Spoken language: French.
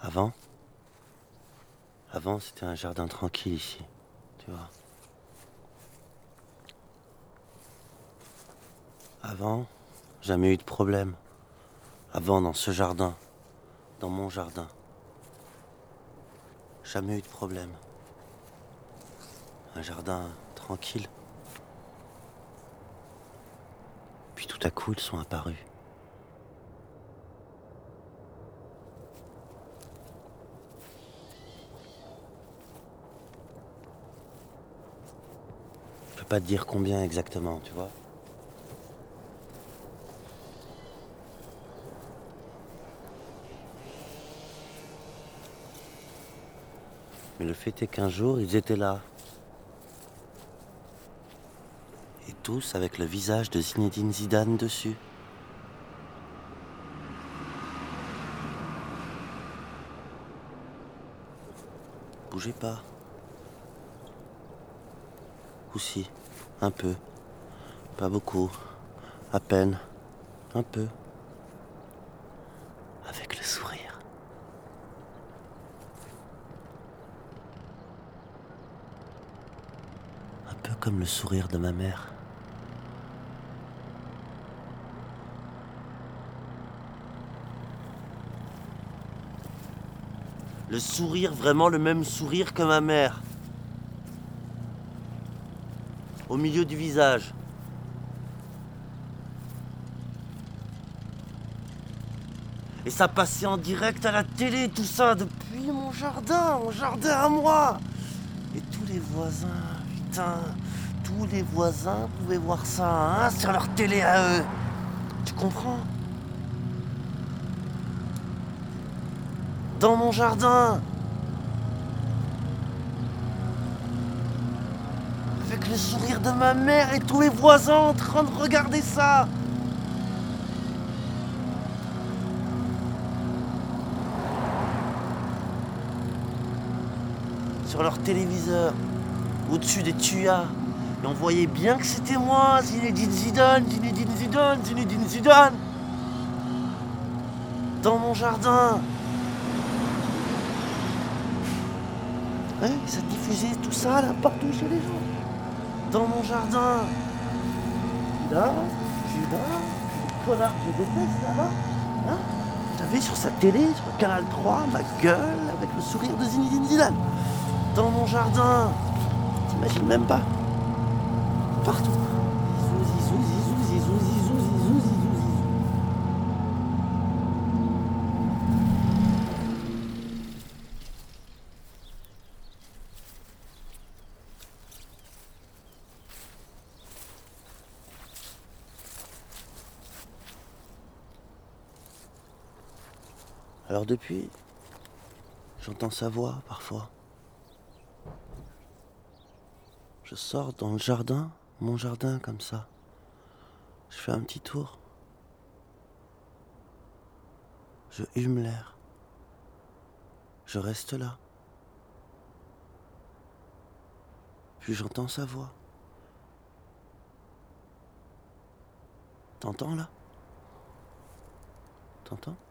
Avant, c'était un jardin tranquille ici, tu vois. Avant, jamais eu de problème. Avant, dans ce jardin, dans mon jardin, jamais eu de problème. Un jardin tranquille. Puis tout à coup, ils sont apparus. Je peux pas te dire combien exactement, tu vois. Mais le fait est qu'un jour, ils étaient là. Et tous avec le visage de Zinedine Zidane dessus. Bougez pas. Ou si, un peu. Pas beaucoup. À peine. Un peu. Avec le sourire. Un peu comme le sourire de ma mère. Le sourire, vraiment le même sourire que ma mère. Au milieu du visage. Et ça passait en direct à la télé, tout ça, depuis mon jardin à moi. Et tous les voisins, putain, tous les voisins pouvaient voir ça, hein, sur leur télé à eux. Tu comprends? Dans mon jardin. Avec le sourire de ma mère et tous les voisins en train de regarder ça. Sur leur téléviseur, au-dessus des tuyas. Et on voyait bien que c'était moi, Zinedine Zidane, Zinedine Zidane, Zinedine Zidane. Dans mon jardin. Ouais, ça diffusait tout ça là, partout chez les gens. Dans mon jardin. Là, le connard que je déteste là-bas. Hein, t'avais sur sa télé, sur Canal 3, ma gueule avec le sourire de Zinedine Zidane. Dans mon jardin. T'imagines même pas. Partout. Zizou, zizou, zizou, zizou, zizou, zizou, zizou. Alors depuis, j'entends sa voix parfois. Je sors dans le jardin, mon jardin comme ça. Je fais un petit tour. Je hume l'air. Je reste là. Puis j'entends sa voix. T'entends là? T'entends?